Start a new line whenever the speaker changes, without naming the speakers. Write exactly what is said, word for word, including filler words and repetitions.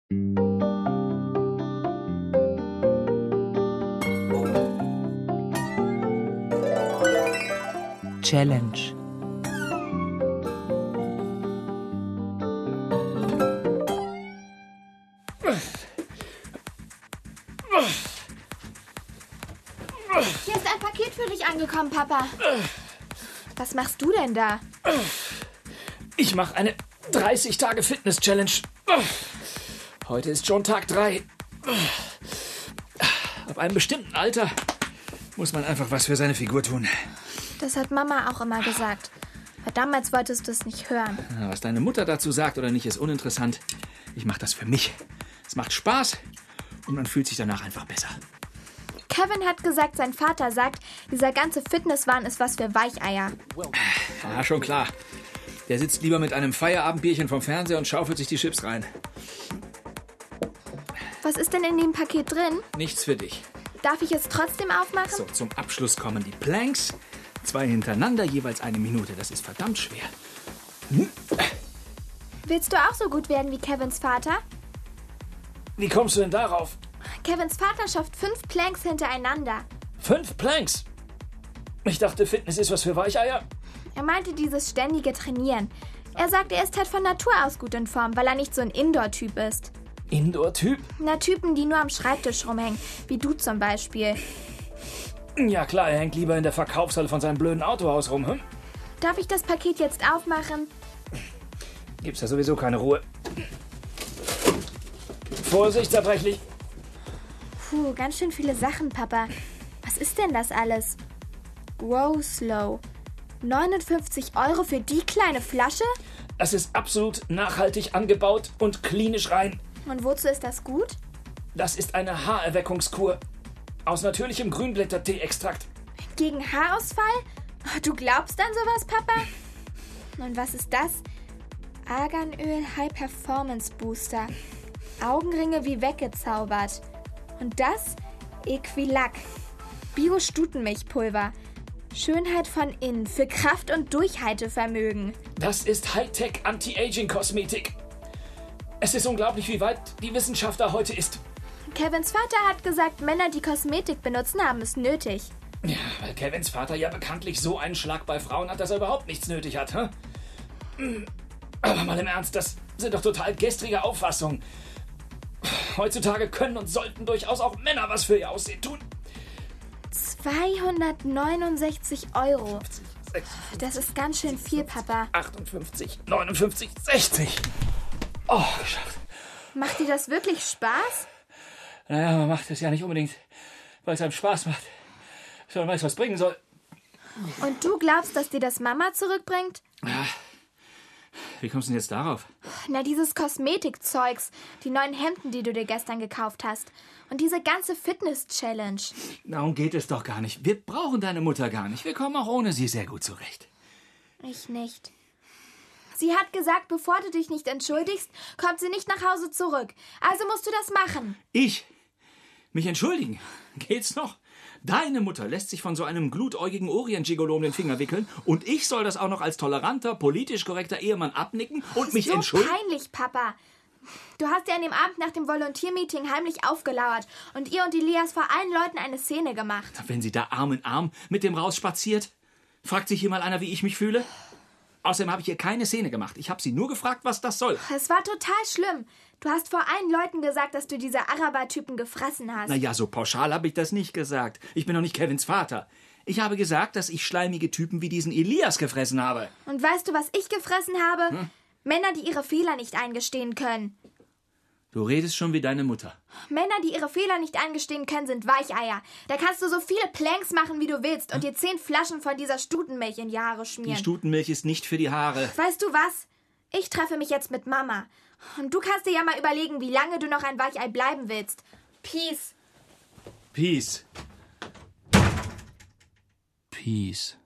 Challenge.
Hier ist ein Paket für dich angekommen, Papa. Was machst du denn da?
Ich mache eine dreißig-Tage-Fitness-Challenge. Heute ist schon Tag drei. Ab einem bestimmten Alter muss man einfach was für seine Figur tun.
Das hat Mama auch immer gesagt. Aber damals wolltest du es nicht hören.
Was deine Mutter dazu sagt oder nicht, ist uninteressant. Ich mache das für mich. Es macht Spaß und man fühlt sich danach einfach besser.
Kevin hat gesagt, sein Vater sagt, dieser ganze Fitnesswahn ist was für Weicheier.
Ja, schon klar. Der sitzt lieber mit einem Feierabendbierchen vom Fernseher und schaufelt sich die Chips rein.
Was ist denn in dem Paket drin?
Nichts für dich.
Darf ich es trotzdem aufmachen?
So, zum Abschluss kommen die Planks. Zwei hintereinander, jeweils eine Minute. Das ist verdammt schwer. Hm?
Willst du auch so gut werden wie Kevins Vater?
Wie kommst du denn darauf?
Kevins Vater schafft fünf Planks hintereinander.
Fünf Planks? Ich dachte, Fitness ist was für Weicheier.
Er meinte dieses ständige Trainieren. Er sagt, er ist halt von Natur aus gut in Form, weil er nicht so ein Indoor-Typ ist.
Indoor-Typ?
Na, Typen, die nur am Schreibtisch rumhängen. Wie du zum Beispiel.
Ja klar, er hängt lieber in der Verkaufshalle von seinem blöden Autohaus rum, hm?
Darf ich das Paket jetzt aufmachen?
Gibt's ja sowieso keine Ruhe. Vorsicht, zerbrechlich.
Puh, ganz schön viele Sachen, Papa. Was ist denn das alles? Grow Slow. neunundfünfzig Euro für die kleine Flasche?
Das ist absolut nachhaltig angebaut und klinisch rein.
Und wozu ist das gut?
Das ist eine Haarerweckungskur. Aus natürlichem Grünblätter-Tee-Extrakt.
Gegen Haarausfall? Du glaubst an sowas, Papa? Und was ist das? Arganöl High Performance Booster. Augenringe wie weggezaubert. Und das? Equilac. Bio-Stutenmilchpulver. Schönheit von innen für Kraft- und Durchhaltevermögen.
Das ist Hightech Anti-Aging-Kosmetik. Es ist unglaublich, wie weit die Wissenschaft da heute ist.
Kevins Vater hat gesagt, Männer, die Kosmetik benutzen, haben es nötig.
Ja, weil Kevins Vater ja bekanntlich so einen Schlag bei Frauen hat, dass er überhaupt nichts nötig hat, hä? Aber mal im Ernst, das sind doch total gestrige Auffassungen. Heutzutage können und sollten durchaus auch Männer was für ihr Aussehen tun.
zweihundertneunundsechzig Euro. Das ist ganz schön viel, Papa.
achtundfünfzig, neunundfünfzig, sechzig. Oh, geschafft.
Macht dir das wirklich Spaß?
Naja, man macht es ja nicht unbedingt, weil es einem Spaß macht, sondern weil es was bringen soll.
Und du glaubst, dass dir das Mama zurückbringt?
Ja. Wie kommst du denn jetzt darauf?
Na, dieses Kosmetikzeugs. Die neuen Hemden, die du dir gestern gekauft hast. Und diese ganze Fitness-Challenge.
Darum geht es doch gar nicht. Wir brauchen deine Mutter gar nicht. Wir kommen auch ohne sie sehr gut zurecht.
Ich nicht. Sie hat gesagt, bevor du dich nicht entschuldigst, kommt sie nicht nach Hause zurück. Also musst du das machen.
Ich? Mich entschuldigen? Geht's noch? Deine Mutter lässt sich von so einem glutäugigen Orient-Gigolo um den Finger wickeln und ich soll das auch noch als toleranter, politisch korrekter Ehemann abnicken und mich
so
entschuldigen?
Peinlich, Papa. Du hast ihr an dem Abend nach dem Volontiermeeting heimlich aufgelauert und ihr und Elias vor allen Leuten eine Szene gemacht.
Wenn sie da Arm in Arm mit dem rausspaziert? Fragt sich hier mal einer, wie ich mich fühle? Außerdem habe ich ihr keine Szene gemacht. Ich habe sie nur gefragt, was das soll.
Es war total schlimm. Du hast vor allen Leuten gesagt, dass du diese Araber-Typen gefressen hast.
Na ja, so pauschal habe ich das nicht gesagt. Ich bin doch nicht Kevins Vater. Ich habe gesagt, dass ich schleimige Typen wie diesen Elias gefressen habe.
Und weißt du, was ich gefressen habe?
Hm?
Männer, die ihre Fehler nicht eingestehen können.
Du redest schon wie deine Mutter.
Männer, die ihre Fehler nicht eingestehen können, sind Weicheier. Da kannst du so viele Planks machen, wie du willst und dir zehn Flaschen von dieser Stutenmilch in die Haare schmieren.
Die Stutenmilch ist nicht für die Haare.
Weißt du was? Ich treffe mich jetzt mit Mama. Und du kannst dir ja mal überlegen, wie lange du noch ein Weichei bleiben willst. Peace.
Peace. Peace.